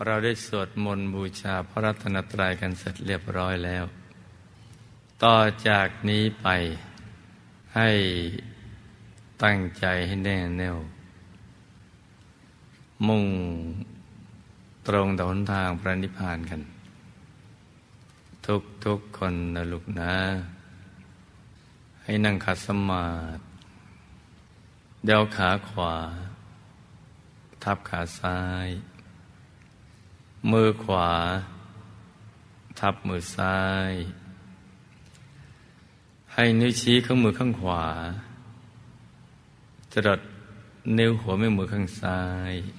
เราได้สวดมนต์บูชาพระรัตนตรัยกันเสร็จเรียบร้อยแล้ว ต่อจากนี้ไปให้ตั้งใจให้แน่แน่วมุ่งตรงต่อหนทางพระนิพพานกันทุกคนนะลูกนะให้นั่งขัดสมาธิเดี่ยวขาขวาทับขาซ้ายมือขวาทับมือซ้ายให้นิ้วชี้ข้างมือข้างขวาจรดนิ้วหัวแม่มือข้างซ้า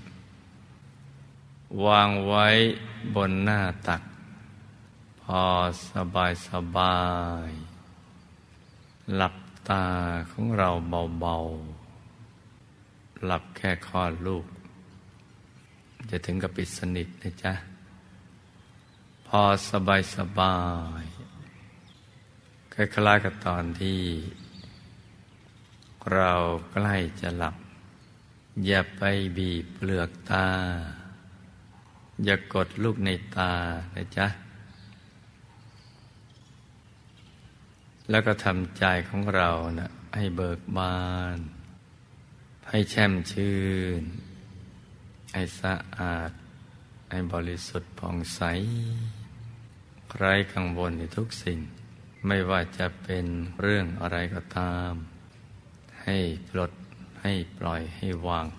ยวางไว้บนหน้าตักพอสบายหลับตาของเราเบาๆหลับแค่คลอดลูกจะถึงกับปิดสนิทนะจ๊ะพอสบายคล้ายๆกับตอนที่เราใกล้จะหลับอย่าไปบีบเปลือกตาอย่ากดลูกในตานะจ๊ะแล้วก็ทำใจของเรานะให้เบิกบานให้แช่มชื่นให้สะอาดให้บริสุทธิ์ผ่องใสไร้กังวลในทุกสิ่งไม่ว่าจะเป็นเรื่องอะไรก็ตามให้ปลดให้ปล่อยให้วาง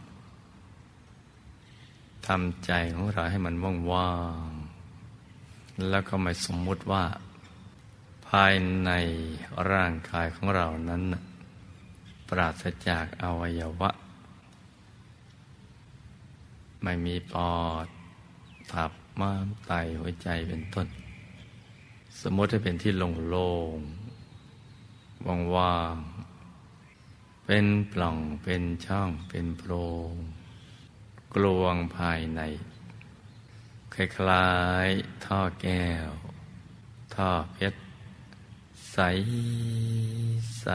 ทำใจของเราให้มันว่างๆแล้วก็ไม่สมมุติว่าภายในร่างกายของเรานั้นปราศจากอวัยวะไม่มีปอดตับม้ามไตหัวใจเป็นต้นสมมติให้เป็นที่โล่งๆว่างๆเป็นปล่องเป็นช่องเป็นโพรงกลวงภายในคล้ายๆท่อแก้วท่อเพชรใสใส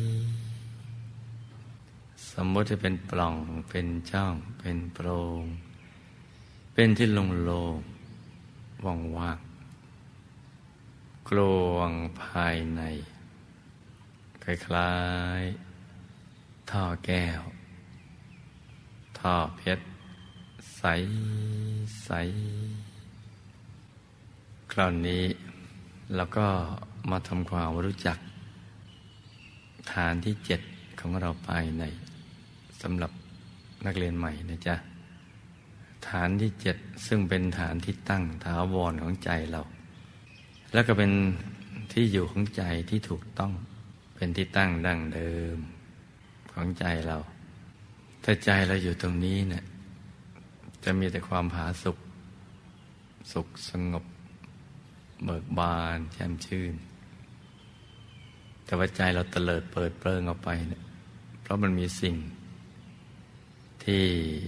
สมมติให้เป็นปล่องเป็นช่องเป็นโพรงเป็นที่โล่งๆว่างๆกลวงภายในคล้ายๆท่อแก้วท่อเพชรใสใสคราวนี้เราก็มาทำความรู้จักฐานที่7ของเราภายในสำหรับนักเรียนใหม่นะจ๊ะฐานที่7ซึ่งเป็นฐานที่ตั้งถาวรของใจเราแล้วก็เป็นที่อยู่ของใจที่ถูกต้องเป็นที่ตั้งดั้งเดิมของใจเราถ้าใจเราอยู่ตรงนี้เนี่ยจะมีแต่ความผาสุกสงบเบิกบานแช่มชื่นแต่ว่าใจเราเตลิดเปิดเปลิงออกไปเนี่ยเพราะมันมีสิ่งที่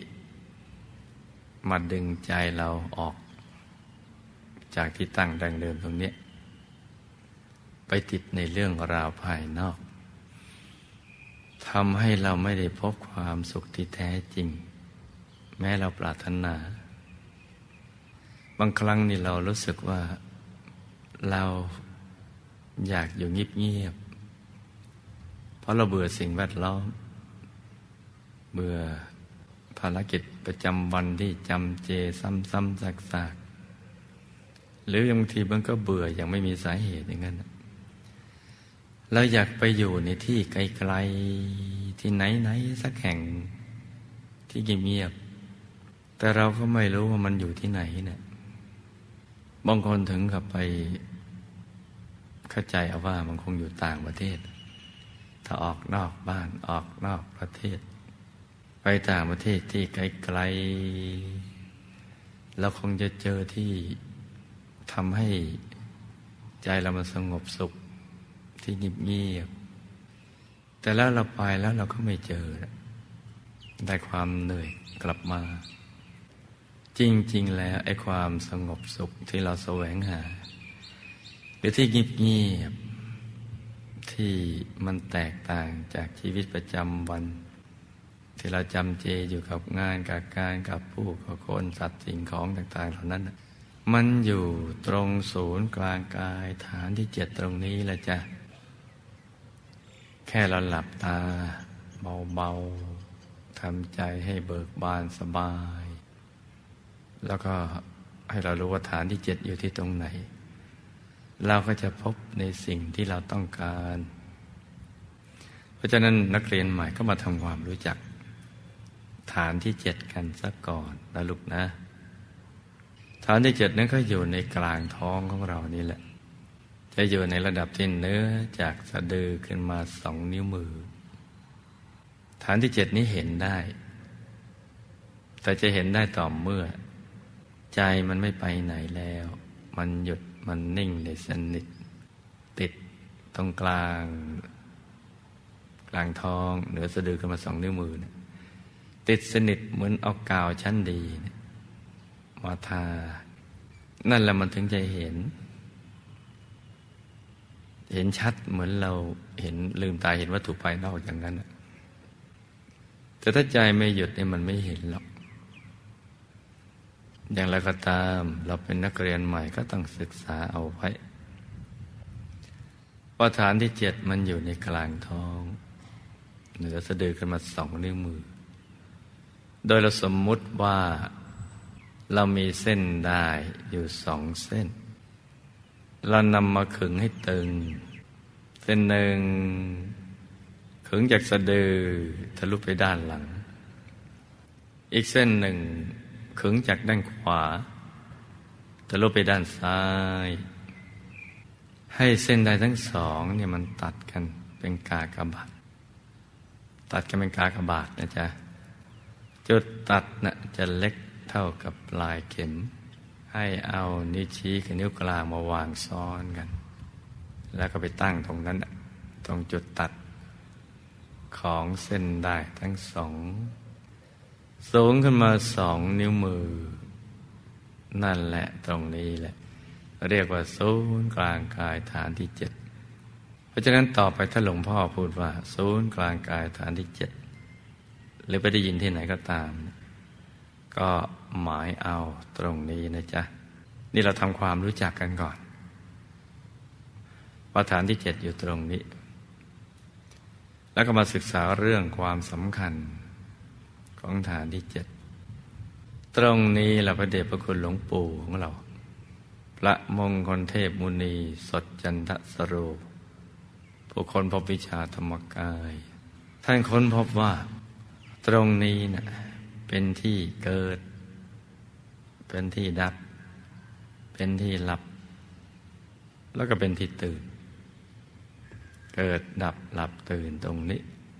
มาดึงใจเราออกจากที่ตั้งดังเดิมตรงนี้ไปติดในเรื่องราวภายนอกทำให้เราไม่ได้พบความสุขที่แท้จริงแม้เราปรารถนาบางครั้งนี่เรารู้สึกว่าเราอยากอยู่เงียบๆเพราะเราเบื่อสิ่งแวดล้อมเบื่อภารกิจประจำวันที่จำเจซ้ำๆซากๆหรือบางทีมันก็เบื่ออย่างไม่มีสาเหตุอย่างนั้นเราอยากไปอยู่ในที่ไกลๆที่ไหนๆสักแห่งที่เงียบๆแต่เราก็ไม่รู้ว่ามันอยู่ที่ไหนเนี่ยบางคนถึงกับไปเข้าใจเอาว่ามันคงอยู่ต่างประเทศถ้าออกนอกบ้านออกนอกประเทศไปต่างประเทศที่ไกลๆเราคงจะเจอที่ทำให้ใจเรามันสงบสุขที่เงียบๆแต่แล้วเราไปแล้วเราก็ไม่เจอได้ความเหนื่อยกลับมาจริงๆแล้วไอ้ความสงบสุขที่เราแสวงหาหรือที่เงียบๆที่มันแตกต่างจากชีวิตประจำวัน ทที่เราจำเจอยู่กับงานกับการกับผู้กับคนสัตว์สิ่งของต่างๆเหล่านั้นมันอยู่ตรงศูนย์กลางกายฐานที่7ตรงนี้แหละจ้ะแค่เราหลับตาเบาๆทำใจให้เบิกบานสบายแล้วก็ให้เรารู้ว่าฐานที่7อยู่ที่ตรงไหนเราก็จะพบในสิ่งที่เราต้องการเพราะฉะนั้นนักเรียนใหม่ก็มาทำความรู้จักฐานที่7กันซะก่อนนะลูกนะฐานที่7นั้นก็อยู่ในกลางท้องของเรานี่แหละจะอยู่ในระดับที่เนื้อจากสะดือขึ้นมา2 นิ้วมือฐานที่7นี้เห็นได้แต่จะเห็นได้ต่อเมื่อใจมันไม่ไปไหนแล้วมันหยุดมันนิ่งเลยสนิทติดตรงกลางท้องเหนือสะดือขึ้นมา2 นิ้วมือเนี่ยติดสนิทเหมือนเอากาวชั้นดีมาทานั่นแหละมันถึงจะเห็นชัดเหมือนเราเห็นลืมตาเห็นวัตถุภายนอกอย่างนั้นแต่ถ้าใจไม่หยุดเนี่ยมันไม่เห็นหรอกอย่างไรก็ตามเราเป็นนักเรียนใหม่ก็ต้องศึกษาเอาไว้ว่าฐานที่7มันอยู่ในกลางท้องเหนือสะดือขึ้นมา2 นิ้วมือโดยเราสมมุติว่าเรามีเส้นได้อยู่2 เส้นเรานำมาขึงให้ตึงเส้นหนึ่งขึงจากสะดือทะลุไปด้านหลังอีกเส้นหนึ่งขึงจากด้านขวาทะลุไปด้านซ้ายให้เส้นใดทั้ง2เนี่ยมันตัดกันเป็นกากบาทตัดกันเป็นกากบาทนะจ๊ะจุดตัดน่ะจะเล็กเท่ากับปลายเข็มให้เอานิ้วชี้กับนิ้วกลางมาวางซ้อนกันแล้วก็ไปตั้งตรงนั้นตรงจุดตัดของเส้นได้ทั้ง2สูงขึ้นมา2 นิ้วมือนั่นแหละตรงนี้แหละเรียกว่าศูนย์กลางกายฐานที่7เพราะฉะนั้นต่อไปถ้าหลวงพ่อพูดว่าศูนย์กลางกายฐานที่7หรือไปได้ยินที่ไหนก็ตามก็หมายเอาตรงนี้นะจ๊ะนี่เราทำความรู้จักกันก่อนว่าฐานที่7อยู่ตรงนี้แล้วก็มาศึกษาเรื่องความสำคัญของฐานที่7ตรงนี้เราพระเดชพระคุณหลวงปู่ของเราพระมงคลเทพมุนีสดจันทสโรผู้ค้นพบวิชาธรรมกายท่านค้นพบว่าตรงนี้น่ะเป็นที่เกิดเป็นที่ดับเป็นที่หลับแล้วก็เป็นที่ตื่นเกิดดับหลับตื่นตรงนี้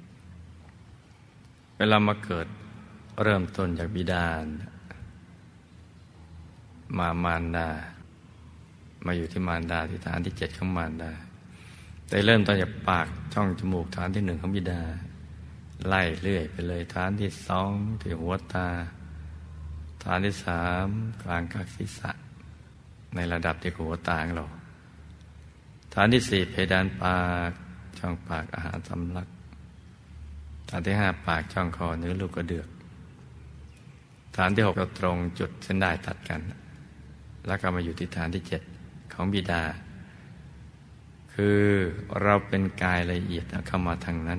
เวลามาเกิดเริ่มต้นจากบิดามารดามาอยู่ที่มารดาที่ฐานที่7ของมารดาแต่เริ่มต้นจากปากช่องจมูกฐานที่1ของบิดาไล่เรื่อยไปเลยฐานที่2ที่หัวตาฐานที่3กลางกากศีรษะในระดับที่หัวตาของเราฐานที่4เพดานปากช่องปากอาหารสำลักฐานที่5ปากช่องคอเนื้อลูกกระเดือกฐานที่6เราตรงจุดเส้นได้ตัดกันแล้วก็มาอยู่ที่ฐานที่7ของบิดาคือเราเป็นกายละเอียดเข้ามาทางนั้น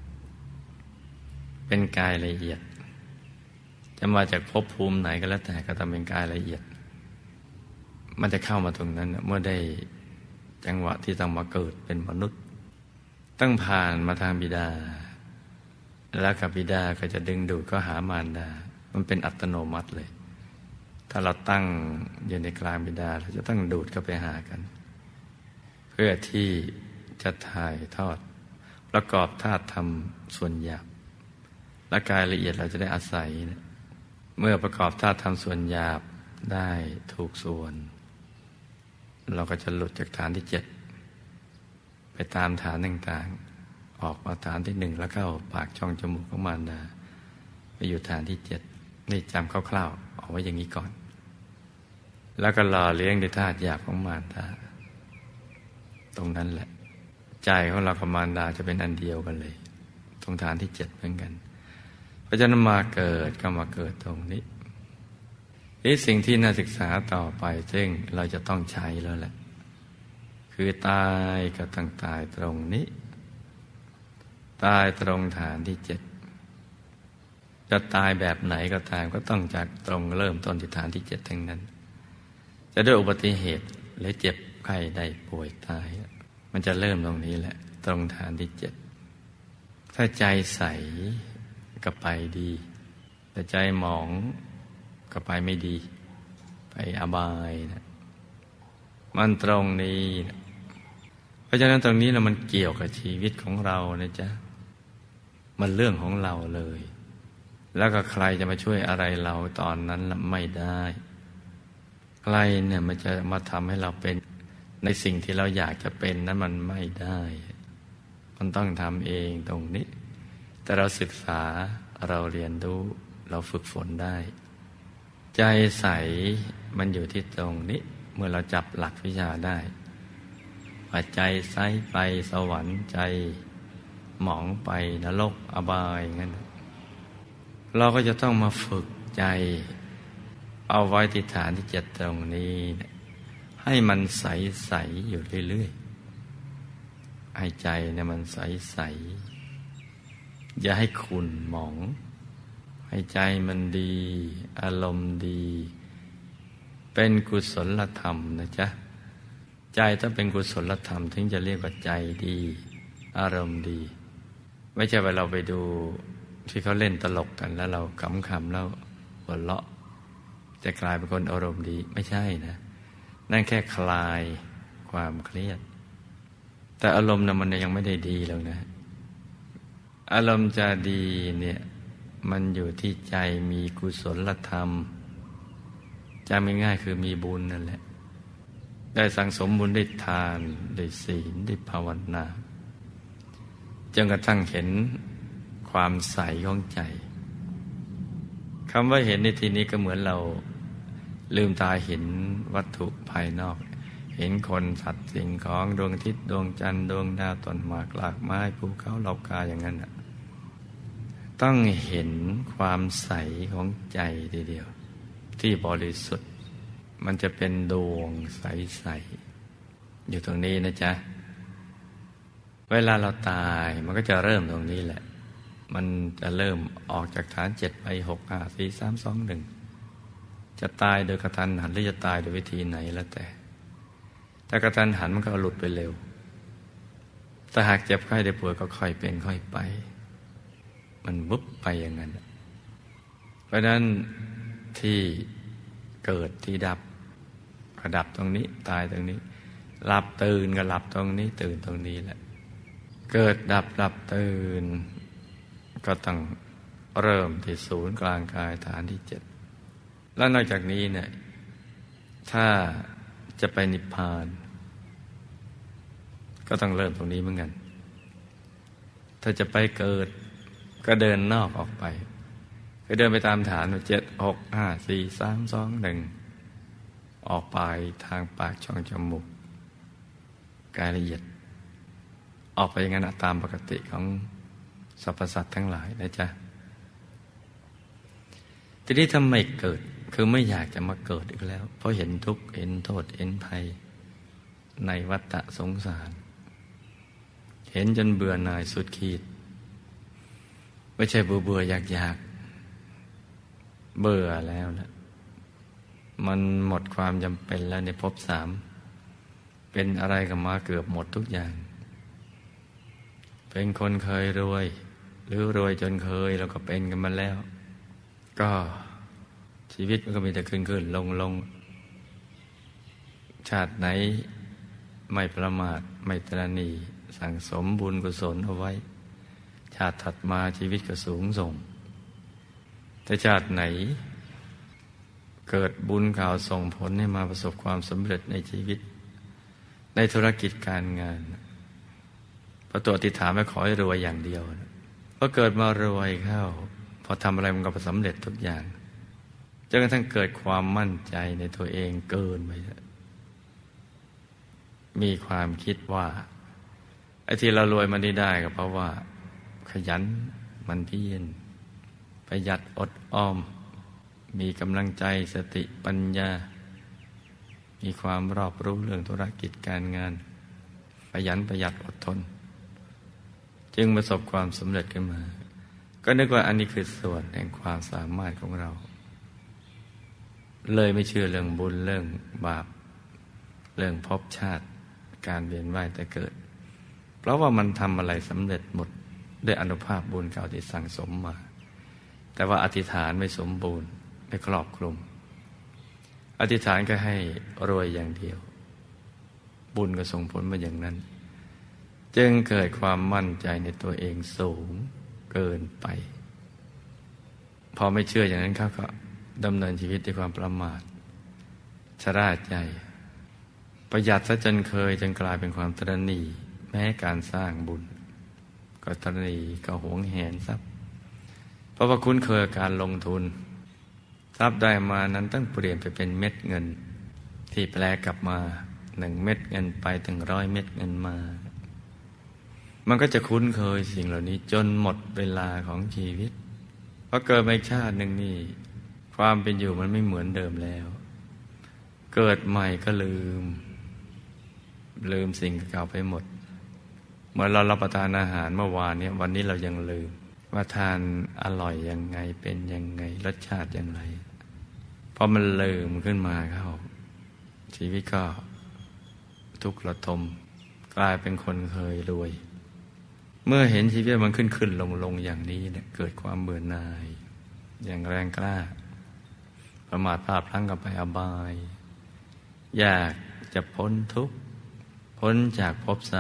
เป็นกายละเอียดจะมาจากภพภูมิไหนก็แล้วแต่ก็ต้องเป็นกายละเอียดมันจะเข้ามาตรงนั้นเมื่อได้จังหวะที่ต้องมาเกิดเป็นมนุษย์ต้องผ่านมาทางบิดาแล้วกับบิดาก็จะดึงดูดก็หามารดามันเป็นอัตโนมัติเลยถ้าเราตั้งอยู่ในกลางบิดาเราจะต้องดูดเข้าไปหากันเพื่อที่จะถ่ายทอดประกอบธาตุธรรมส่วนหยาบและกายละเอียดเราจะได้อาศัยเมื่อประกอบธาตุธรรมส่วนหยาบได้ถูกส่วนเราก็จะหลุดจากฐานที่7ไปตามฐานต่างๆออกมาฐานที่1แล้วเข้าปากช่องจมูกของมารดาไปอยู่ฐานที่7นี่จำคร่าวๆเอาไว้อย่างนี้ก่อนแล้วก็หล่อเลี้ยงด้วยธาตุหยาบของมารดาตรงนั้นแหละใจของเรากับมารดาจะเป็นอันเดียวกันเลยตรงฐานที่7เหมือนกันเพเพราะฉะนั้นมาเกิดก็มาเกิดตรงนี้นี่สิ่งที่น่าศึกษาต่อไปซึ่งเราจะต้องใช้แล้วแหละคือตายก็ต้องตายตรงนี้ตายตรงฐานที่7จะตายแบบไหนก็ตามก็ต้องจากตรงเริ่มต้นที่ฐานที่7ทั้งนั้นจะด้วยอุบัติเหตุหรือเจ็บไข้ได้ป่วยตายมันจะเริ่มตรงนี้แหละตรงฐานที่7ถ้าใจใสก็ไปดีแต่ใจหมองก็ไปไม่ดีไปอบายนะมันตรงนี้นะเพราะฉะนั้นตรงนี้นะมันเกี่ยวกับชีวิตของเรานะจ๊ะมันเรื่องของเราเลยแล้วก็ใครจะมาช่วยอะไรเราตอนนั้นไม่ได้ใครเนี่ยมันจะมาทำให้เราเป็นในสิ่งที่เราอยากจะเป็นนั้นมันไม่ได้มันต้องทำเองตรงนี้แต่เราศึกษาเราเรียนรู้เราฝึกฝนได้ใจใสมันอยู่ที่ตรงนี้เมื่อเราจับหลักวิชาได้ว่าใจใสไปสวรรค์ใจหมองไปนรกอบายงั้นเราก็จะต้องมาฝึกใจเอาไว้ที่ฐานที่7ตรงนี้ให้มันใสๆอยู่เรื่อยๆให้ใจเนี่ยมันใสๆอย่าให้ขุ่นหมองให้ใจมันดีอารมณ์ดีเป็นกุศลธรรมนะจ๊ะใจต้องเป็นกุศลธรรมถึงจะเรียกว่าใจดีอารมณ์ดีไม่ใช่ว่าเราไปดูที่เขาเล่นตลกกันแล้วเราขำๆแล้วหัวเราะจะกลายเป็นคนอารมณ์ดีไม่ใช่นะนั่นแค่คลายความเครียดแต่อารมณ์น่ะมันยังไม่ได้ดีแล้วนะอารมณ์จะดีเนี่ยมันอยู่ที่ใจมีกุศลธรรมจำง่ายๆคือมีบุญนั่นแหละได้สั่งสมบุญได้ทานได้ศีลได้ภาวนาจนกระทั่งเห็นความใสของใจคำว่าเห็นในที่นี้ก็เหมือนเราลืมตาเห็นวัตถุภายนอกเห็นคนสัตว์สิ่งของดวงอาทิตย์ดวงจันทร์ดวงดาวต้นหมากรากไม้ภูเขาเหล่ากาอย่างนั้นต้องเห็นความใสของใจทีเดียวที่บริสุทธิ์มันจะเป็นดวงใสๆอยู่ตรงนี้นะจ๊ะเวลาเราตายมันก็จะเริ่มตรงนี้แหละมันจะเริ่มออกจากฐาน7ไป6 5 4 3 2 1จะตายโดยกระทันหันหรือจะตายโดยวิธีไหนแล้วแต่กระทันหันมันก็หลุดไปเร็วแต่หากเจ็บไข้ได้ป่วยก็ค่อยเป็นค่อยไปมันวุบไปอย่างนั้นเพราะนั้นที่เกิดที่ดับก็ดับตรงนี้ตายตรงนี้หลับตื่นก็หลับตรงนี้ตื่นตรงนี้แหละเกิดดับหลับตื่นก็ต้องเริ่มที่ศูนย์กลางกายฐานที่7แล้วนอกจากนี้เนี่ยถ้าจะไปนิพพานก็ต้องเริ่มตรงนี้เหมือนกันถ้าจะไปเกิดก็เดินนอกออกไปก็เดินไปตามฐาน7 6 5 4 3 2 1ออกไปทางปากช่องจมูกกายละเอียดออกไปอย่างนั้นตามปกติของสรรพสัตว์ทั้งหลายนะจ๊ะทีนี้ทำไมเกิดคือไม่อยากจะมาเกิดอีกแล้วเพราะเห็นทุกข์เห็นโทษเห็นภัยในวัฏสงสารเห็นจนเบื่อหน่ายสุดขีดไม่ใช่เบื่ออยากเบื่อแล้วนะมันหมดความจำเป็นแล้วในภพ3เป็นอะไรก็มาเกือบหมดทุกอย่างเป็นคนเคยรวยหรือรวยจนเคยแล้วก็เป็นกันมาแล้วก็ชีวิตมันก็มีแต่ขึ้นลงชาติไหนไม่ประมาทไม่ตระหนี่สั่งสมบุญกุศลเอาไว้ชาติถัดมาชีวิตก็สูงส่งแต่ชาติไหนเกิดบุญข่าวส่งผลให้มาประสบความสำเร็จในชีวิตในธุรกิจการงานพระตัวอธิษฐานไม่ขอให้รวยอย่างเดียวพอเกิดมารวยเข้าพอทำอะไรมันก็สำเร็จทุกอย่างจนกระทั่งเกิดความมั่นใจในตัวเองเกินไปมีความคิดว่าไอ้ที่เรารวยมันได้ก็เพราะว่าขยันมันเพียรประหยัดอดออมมีกำลังใจสติปัญญามีความรอบรู้เรื่องธุรกิจการงานประหยัดอดทนจึงประสบความสำเร็จขึ้นมาก็นึกว่าอันนี้คือส่วนแห่งความสามารถของเราเลยไม่เชื่อเรื่องบุญเรื่องบาปเรื่องภพชาติการเวียนว่ายแต่เกิดเพราะว่ามันทำอะไรสำเร็จหมดด้วยอานุภาพบุญเก่าที่สั่งสมมาแต่ว่าอธิษฐานไม่สมบูรณ์ไม่ครอบคลุมอธิษฐานก็ให้รวยอย่างเดียวบุญก็ส่งผลมาอย่างนั้นจึงเกิดความมั่นใจในตัวเองสูงเกินไปพอไม่เชื่ออย่างนั้นเขาก็ดำเนินชีวิตด้วยความประมาทชราใจประหยัดซะจนกลายเป็นความตระหนี่แม้การสร้างบุญก็ตระหนี่ก็หวงแหนทรัพย์เพราะว่าคุ้นเคยการลงทุนทรัพย์ได้มานั้นต้องเปลี่ยนไปเป็นเม็ดเงินที่แปลกลับมา1 เม็ดเงินไปถึง100 เม็ดเงินมามันก็จะคุ้นเคยสิ่งเหล่านี้จนหมดเวลาของชีวิตเพราะเกิดมาอีกชาติหนึ่งนี่ความเป็นอยู่มันไม่เหมือนเดิมแล้วเกิดใหม่ก็ลืมสิ่งเก่าไปหมดเมื่อเรารับประทานอาหารเมื่อวานนี้วันนี้เรายังลืมว่าทานอร่อยยังไงเป็นยังไงรสชาติอย่างไรพอมันลืมขึ้นมาเข้าชีวิตก็ทุกข์ระทมกลายเป็นคนเคยรวยเมื่อเห็นชีวิตมันขึ้นลงอย่างนี้เนี่ยเกิดความเบื่อหน่ายอย่างแรงกล้าประมาทพลาดพลั้งกับไปอบายอยากจะพ้นทุกข์พ้นจากภพ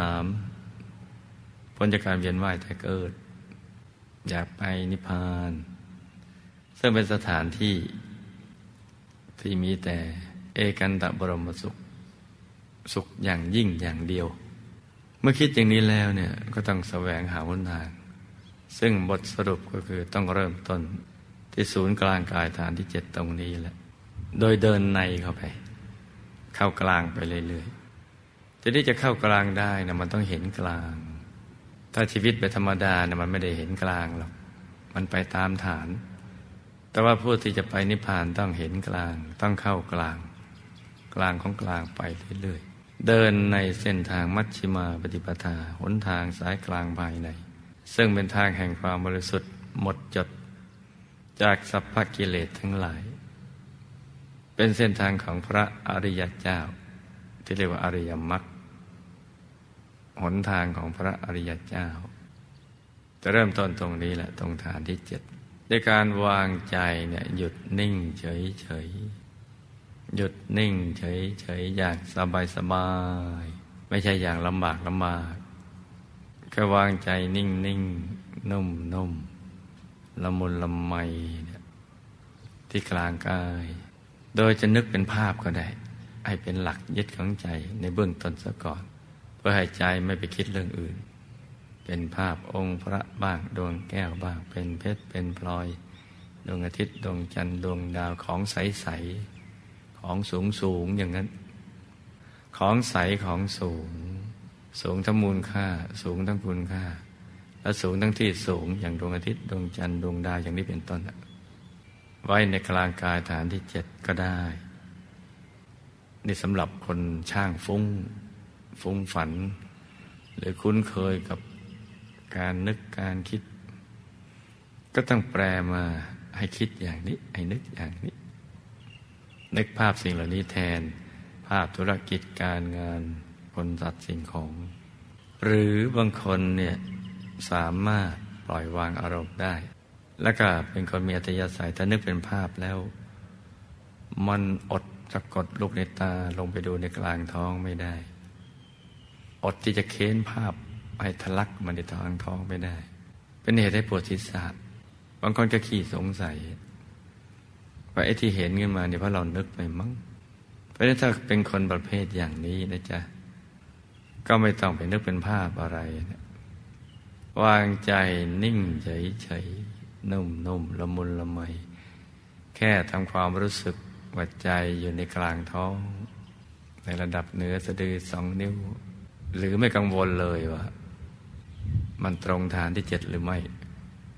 3พ้นจากการเวียนว่ายแต่เกิดอยากไปนิพพานซึ่งเป็นสถานที่มีแต่เอกันตบรมสุขอย่างยิ่งอย่างเดียวเมื่อคิดอย่างนี้แล้วเนี่ยก็ต้องแสวงหาหนทางซึ่งบทสรุปก็คือต้องเริ่มต้นที่ศูนย์กลางกายฐานที่7ตรงนี้แหละโดยเดินในเข้าไปเข้ากลางไปเรื่อยๆจะเข้ากลางได้นะมันต้องเห็นกลางถ้าชีวิตแบบธรรมดานะมันไม่ได้เห็นกลางหรอกมันไปตามฐานแต่ว่าผู้ที่จะไปนิพพานต้องเห็นกลางต้องเข้ากลางของกลางไปเรื่อยๆเดินในเส้นทางมัชฌิมาปฏิปทาหนทางสายกลางภายในซึ่งเป็นทางแห่งความบริสุทธิ์หมดจดจากสัพพกิเลสทั้งหลายเป็นเส้นทางของพระอริยเจ้าที่เรียกว่าอริยมรรคหนทางของพระอริยเจ้าจะเริ่มต้นตรงนี้แหละตรงฐานที่7ด้วยการวางใจเนี่ยหยุดนิ่งเฉยหยุดนิ่งเฉยอย่างสบายไม่ใช่อย่างลำบากแค่วางใจนิ่งนุ่มละมุนละไมที่กลางกายโดยจะนึกเป็นภาพก็ได้ให้เป็นหลักยึดของใจในเบื้องต้นซะก่อนเพื่อให้ใจไม่ไปคิดเรื่องอื่นเป็นภาพองค์พระบ้างดวงแก้วบ้างเป็นเพชรเป็นพลอยดวงอาทิตย์ดวงจันทร์ดวงดาวของใสๆของสูงอย่างนั้นของใสของสูงทั้งมูลค่าสูงทั้งคุณค่าและสูงทั้งที่สูงอย่างดวงอาทิตย์ดวงจันทร์ดวงดาวอย่างนี้เป็นต้นไว้ในกลางกายฐานที่7ก็ได้นี่สำหรับคนช่างฟุ้งฝันหรือคุ้นเคยกับการนึกการคิดก็ต้องแปลมาให้คิดอย่างนี้ให้นึกอย่างนี้นึกภาพสิ่งเหล่านี้แทนภาพธุรกิจการงานคนสัตว์สิ่งของหรือบางคนเนี่ยสามารถปล่อยวางอารมณ์ได้แล้วก็เป็นคนมีอัธยาศัยถ้านึกเป็นภาพแล้วมันอดจะกดลูกในตาลงไปดูในกลางท้องไม่ได้อดที่จะเค้นภาพให้ทะลักมันในท้องไม่ได้เป็นเหตุให้ปวดศีรษะบางคนก็ขี้สงสัยว่าไอ้ที่เห็นขึ้นมาเนี่ยเพราะเรานึกไปมั้งเพราะฉะนั้นถ้าเป็นคนประเภทอย่างนี้นะจ๊ะก็ไม่ต้องไปนึกเป็นภาพอะไรนะวางใจนิ่งเฉยๆนุ่มละมุนละไมแค่ทำความรู้สึกว่าใจอยู่ในกลางท้องในระดับเหนือสะดือ2 นิ้วหรือไม่กังวลเลยว่ามันตรงฐานที่7หรือไม่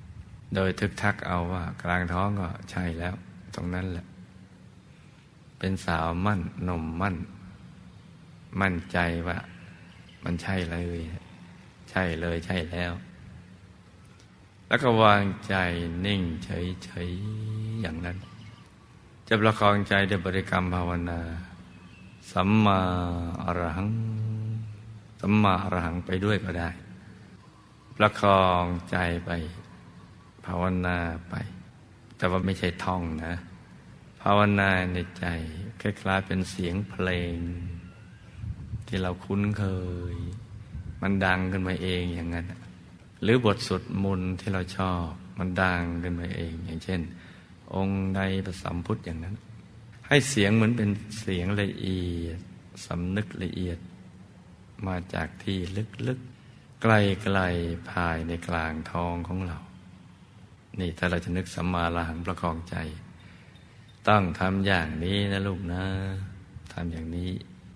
โดยทึกทักเอาว่ากลางท้องก็ใช่แล้วตรงนั้นแหละเป็นสาวมั่นหนุ่มมั่นใจว่ามันใช่เลยใช่เลยใช่แล้วแล้วก็วางใจนิ่งเฉยๆอย่างนั้นจะประคองใจด้วยบริกรรมภาวนาสัมมาอรหังสัมมาอรหังไปด้วยก็ได้ประคองใจไปภาวนาไปแต่ว่าไม่ใช่ท่องนะภาวนาในใจคล้ายๆเป็นเสียงเพลงที่เราคุ้นเคยมันดังขึ้นมาเองอย่างนั้นหรือบทสวดมนต์ที่เราชอบมันดังขึ้นมาเองอย่างเช่นองค์ใดประสัมพุทธอย่างนั้นให้เสียงเหมือนเป็นเสียงละเอียดสำนึกละเอียดมาจากที่ลึกๆไกลๆภายในกลางท้องของเรานี่ถ้าเราจะนึกสัมมาอรหังประคองใจต้องทำอย่างนี้นะลูกนะทำอย่างนี้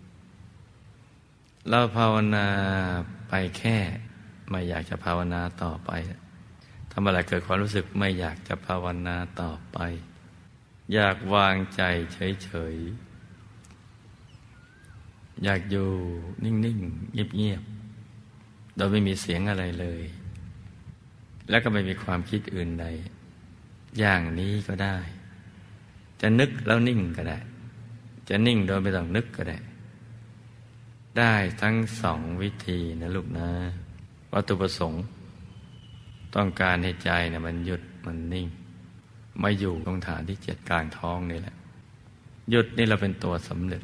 เราภาวนาไปแค่ไม่อยากจะภาวนาต่อไปทำอะไรเกิดความรู้สึกไม่อยากจะภาวนาต่อไปอยากวางใจเฉยๆอยากอยู่นิ่งๆเงียบๆโดยไม่มีเสียงอะไรเลยและก็ไม่มีความคิดอื่นใดอย่างนี้ก็ได้จะนึกแล้วนิ่งก็ได้จะนิ่งโดยไม่ต้องนึกก็ได้ได้ทั้งสองวิธีนะลูกนะวัตถุประสงค์ต้องการให้ใจเนี่ยมันหยุดมันนิ่งมาอยู่ตรงฐานที่7กลางท้องนี่แหละหยุดนี่เราเป็นตัวสำเร็จ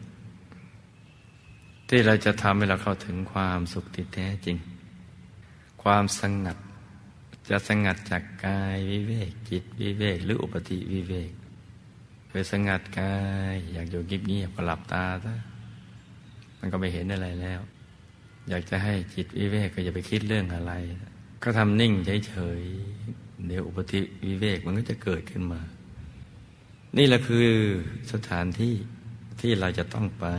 ที่เราจะทำให้เราเข้าถึงความสุขที่แท้จริงความสงัดจะสงัดจากกายวิเวกจิตวิเวกหรืออุปธิวิเวกคือสงัดกายอยากอยู่เงียบๆก็หลับตาซะมันก็ไม่เห็นอะไรแล้วอยากจะให้จิตวิเวกก็อย่าไปคิดเรื่องอะไรก็ทำนิ่งเฉยๆเดี๋ยวอุปธิวิเวกมันก็จะเกิดขึ้นมานี่แหละคือสถานที่ที่เราจะต้องไป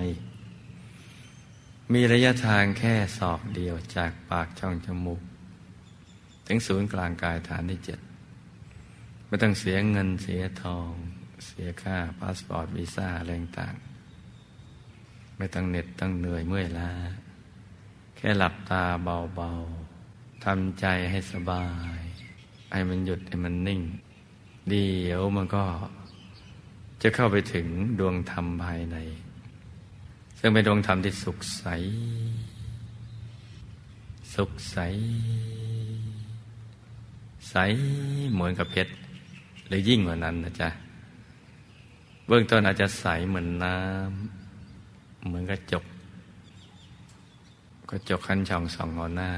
มีระยะทางแค่ศอกเดียวจากปากช่องจมูกถึงศูนย์กลางกายฐานที่7ไม่ต้องเสียเงินเสียทองเสียค่าพาสปอร์ตวีซ่าอะไรต่างๆไม่ต้องเหน็ดต้องเหนื่อยเมื่อยล้าแค่หลับตาเบาๆทำใจให้สบายให้มันหยุดให้มันนิ่งเดี๋ยวมันก็จะเข้าไปถึงดวงธรรมภายในซึ่งเป็นดวงธรรมที่สุขใสสุขใสใสเหมือนกับเพชรหรือยิ่งกว่านั้นนะจ๊ะเบื้องต้นอาจจะใสเหมือนน้ำเหมือนกระจกคันช่องส่องเอาหน้า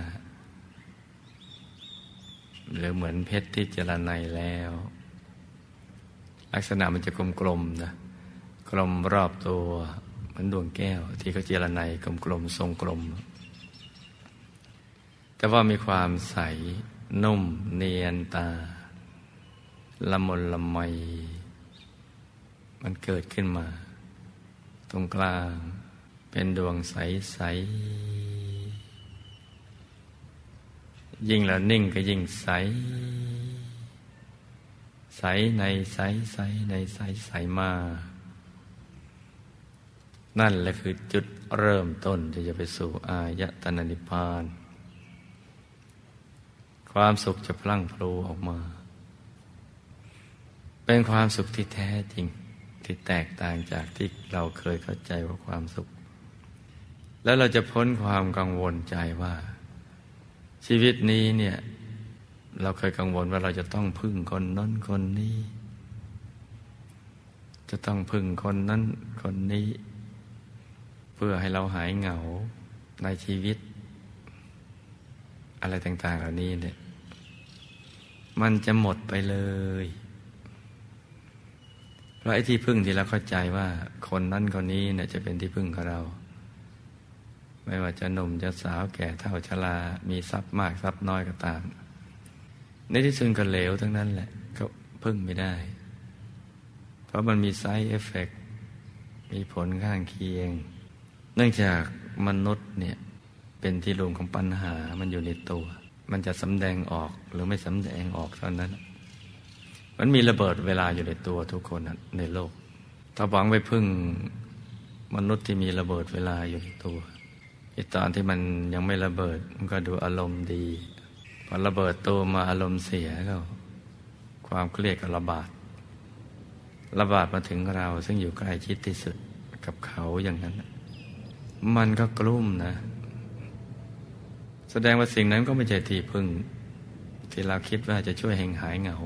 หรือเหมือนเพชรที่เจรไนแล้วลักษณะมันจะกลมๆนะกลมรอบตัวเหมือนดวงแก้วที่เขาเจรไนกลมๆทรงกลมแต่ว่ามีความใสนุ่มเนียนตาละมุนละไมมันเกิดขึ้นมาตรงกลางเป็นดวงใสๆยิ่งแล้วนิ่งก็ยิ่งใสใสในใสใสในใสใสมานั่นแหละคือจุดเริ่มต้นที่จะไปสู่อายตนะนิพพานความสุขจะพลั่งพลูออกมาเป็นความสุขที่แท้จริงที่แตกต่างจากที่เราเคยเข้าใจว่าความสุขแล้วเราจะพ้นความกังวลใจว่าชีวิตนี้เนี่ยเราเคยกังวลว่าเราจะต้องพึ่งคนนั้นคนนี้จะต้องพึ่งคนนั้นคนนี้เพื่อให้เราหายเหงาในชีวิตอะไรต่างๆเหล่านี้เนี่ยมันจะหมดไปเลยเพราะไอ้ที่พึ่งที่เราเข้าใจว่าคนนั้นคนนี้เนี่ยจะเป็นที่พึ่งของเราไม่ว่าจะหนุ่มจะสาวแก่เฒ่าชรามีทรัพย์มากทรัพย์น้อยก็ตามในที่สุดก็เหลวทั้งนั้นแหละก็พึ่งไม่ได้เพราะมันมีไซด์เอฟเฟกต์มีผลข้างเคียงเนื่องจากมนุษย์เนี่ยเป็นที่รวมของปัญหามันอยู่ในตัวมันจะสำแดงออกหรือไม่สำแดงออกเท่านั้นมันมีระเบิดเวลาอยู่ในตัวทุกคนในโลกถ้าหวังไปพึ่งมนุษย์ที่มีระเบิดเวลาอยู่ในตัวไอ้ตอนที่มันยังไม่ระเบิดมันก็ดูอารมณ์ดีพอระเบิดตัวมาอารมณ์เสียก็ความเครียดก็ระบาดมาถึงเราซึ่งอยู่ใกล้ชิดที่สุดกับเขาอย่างนั้นมันก็กลุ้มนะแสดงว่าสิ่งนั้นก็ไม่ใช่ที่พึ่งที่เราคิดว่าจะช่วยให้หายเหงา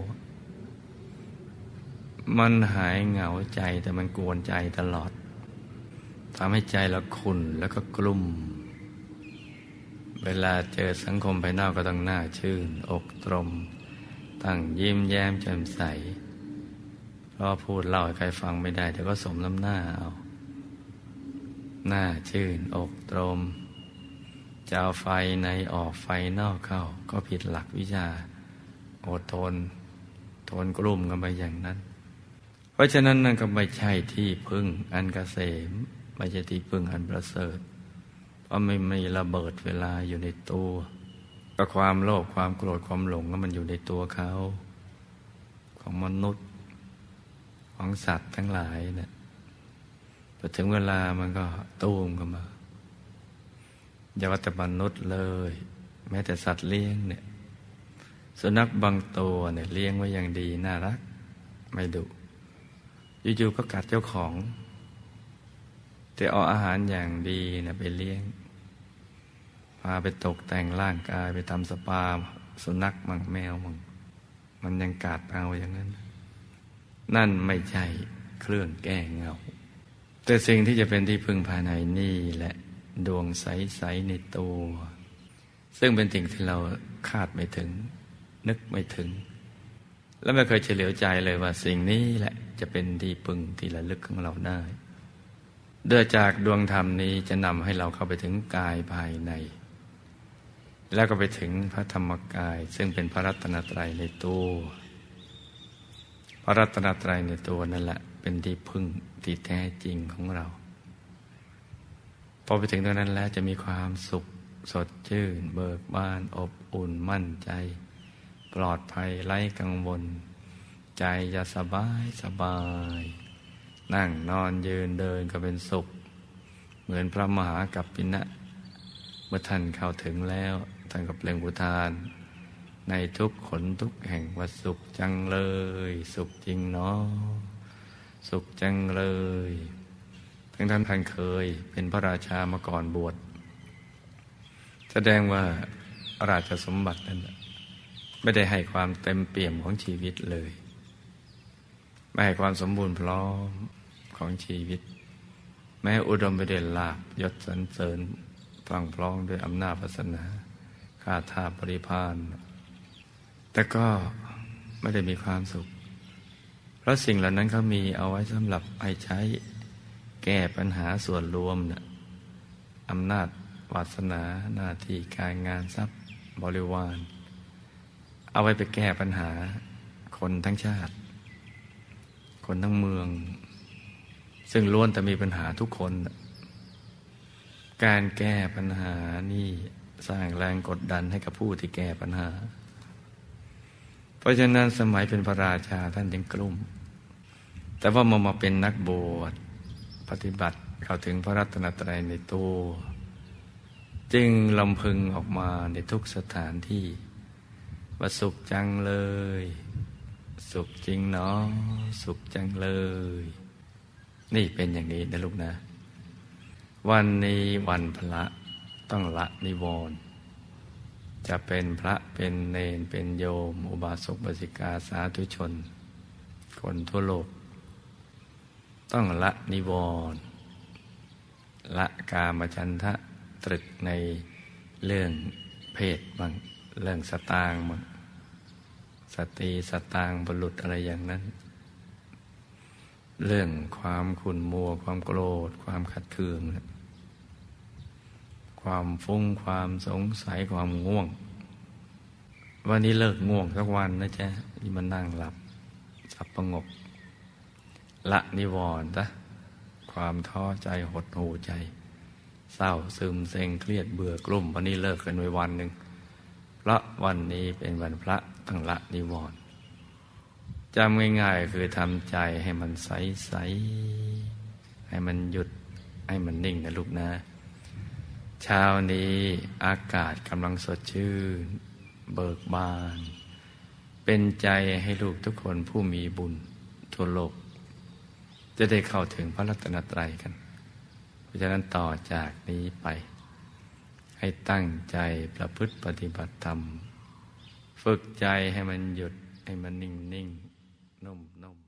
มันหายเหงาใจแต่มันกวนใจตลอดทำให้ใจเราขุ่นแล้วก็กลุ้มเวลาเจอสังคมภายนอกก็ต้องหน้าชื่นอกตรมตั้งยิ้มแย้มแจ่มใสเพราะพูดเล่าให้ใครฟังไม่ได้แต่ก็สมน้ำหน้าเอาหน้าชื่นอกตรมจะเอาไฟในออกไฟนอกเข้าก็ผิดหลักวิชาอดทนกลุ่มกันไปอย่างนั้นเพราะฉะนั้นนั่นก็ไม่ใช่ที่พึ่งอันเกษมไม่ใช่ที่พึ่งอันประเสริฐเพราะไม่มีระเบิดเวลาอยู่ในตัวก็ความโลภความโกรธความหลงก็มันอยู่ในตัวเขาของมนุษย์ของสัตว์ทั้งหลายเนี่ยพอถึงเวลามันก็ตูมกันมาอย่าว่าแต่มนุษย์เลยแม้แต่สัตว์เลี้ยงเนี่ยสุนัขบางตัวเนี่ยเลี้ยงไว้อย่างดีน่ารักไม่ดุอยู่ๆก็กัดเจ้าของแต่เอาอาหารอย่างดีเนี่ยไปเลี้ยงพาไปตกแต่งร่างกายไปทำสปาสุนัขมั่งแมวมั่งมันยังกัดเอาอย่างนั้นนั่นไม่ใช่เครื่องแก้เหงาแต่สิ่งที่จะเป็นที่พึ่งภายในนี่แหละดวงใสๆในตัวซึ่งเป็นสิ่งที่เราคาดไม่ถึงนึกไม่ถึงและไม่เคยเฉลียวใจเลยว่าสิ่งนี้แหละจะเป็นที่พึ่งที่ระลึกของเราได้โดยจากดวงธรรมนี้จะนำให้เราเข้าไปถึงกายภายในแล้วก็ไปถึงพระธรรมกายซึ่งเป็นพระรัตนตรัยในตัวพระรัตนตรัยในตัวนั่นแหละเป็นที่พึ่งที่แท้จริงของเราพอไปถึงตรงนั้นแล้วจะมีความสุขสดชื่นเบิกบานอบอุ่นมั่นใจปลอดภัยไร้กังวลใจจะสบายนั่งนอนยืนเดินก็เป็นสุขเหมือนพระมหากัปปินะเมื่อท่านเข้าถึงแล้วท่านก็เปล่งอุทานในทุกขนทุกแห่งว่าสุขจังเลยสุขจริงเนาะสุขจังเลยทั้งท่านเคยเป็นพระราชามาก่อนบวชแสดงว่าราชสมบัตินั้นไม่ได้ให้ความเต็มเปี่ยมของชีวิตเลยไม่ให้ความสมบูรณ์พร้อมของชีวิตแม้อุดมไปด้วยลาภยศสรรเสริญพรั่งพร้อมด้วยอำนาจวาสนาข้าทาสบริพารแต่ก็ไม่ได้มีความสุขเพราะสิ่งเหล่านั้นเขามีเอาไว้สำหรับให้ใช้แก้ปัญหาส่วนรวมน่ะอำนาจวาสนาหน้าที่การงานทรัพย์บริวารเอาไว้ไปแก้ปัญหาคนทั้งชาติคนทั้งเมืองซึ่งล้วนแต่มีปัญหาทุกคนการแก้ปัญหานี่สร้างแรงกดดันให้กับผู้ที่แก้ปัญหาเพราะฉะนั้นสมัยเป็นพระราชาท่านจึงกลุ้มแต่ว่ามาเป็นนักบวชปฏิบัติเข้าถึงพระรัตนตรัยในตัวจึงลำพึงออกมาในทุกสถานที่ว่าสุขจังเลยสุขจริงเนาะสุขจังเลยนี่เป็นอย่างนี้นะลูกนะวันนี้วันพระต้องละนิวรณ์จะเป็นพระเป็นเณรเป็นโยมอุบาสกอุบาสิกาสาธุชนคนทั่วโลกต้องละนิวรณ์ละกามฉันทะตรึกในเรื่องเพศบ้างเรื่องสตางค์บ้างสตรีสตางค์บุรุษอะไรอย่างนั้นเรื่องความขุ่นมัวความโกรธความขัดเคืองความฟุ้งความสงสัยความง่วงวันนี้เลิกง่วงสักวันนะจ๊ะที่มันนั่งหลับสับประงกละนิวรณ์ซะความท้อใจหดหู่ใจเศร้าซึมเซ็งเครียดเบื่อกลุ่มวันนี้เลิกกันไว้วันหนึ่งเพราะวันนี้เป็นวันพระต้องละนิวรณ์จำง่ายๆคือทำใจให้มันใสๆให้มันหยุดให้มันนิ่งนะลูกนะเช้านี้อากาศกำลังสดชื่นเบิกบานเป็นใจให้ลูกทุกคนผู้มีบุญทั่วโลกจะได้เข้าถึงพระรัตนตรัยกันเพราะฉะนั้นต่อจากนี้ไปให้ตั้งใจประพฤติปฏิบัติธรรมฝึกใจให้มันหยุดให้มันนิ่งๆนุ่มๆ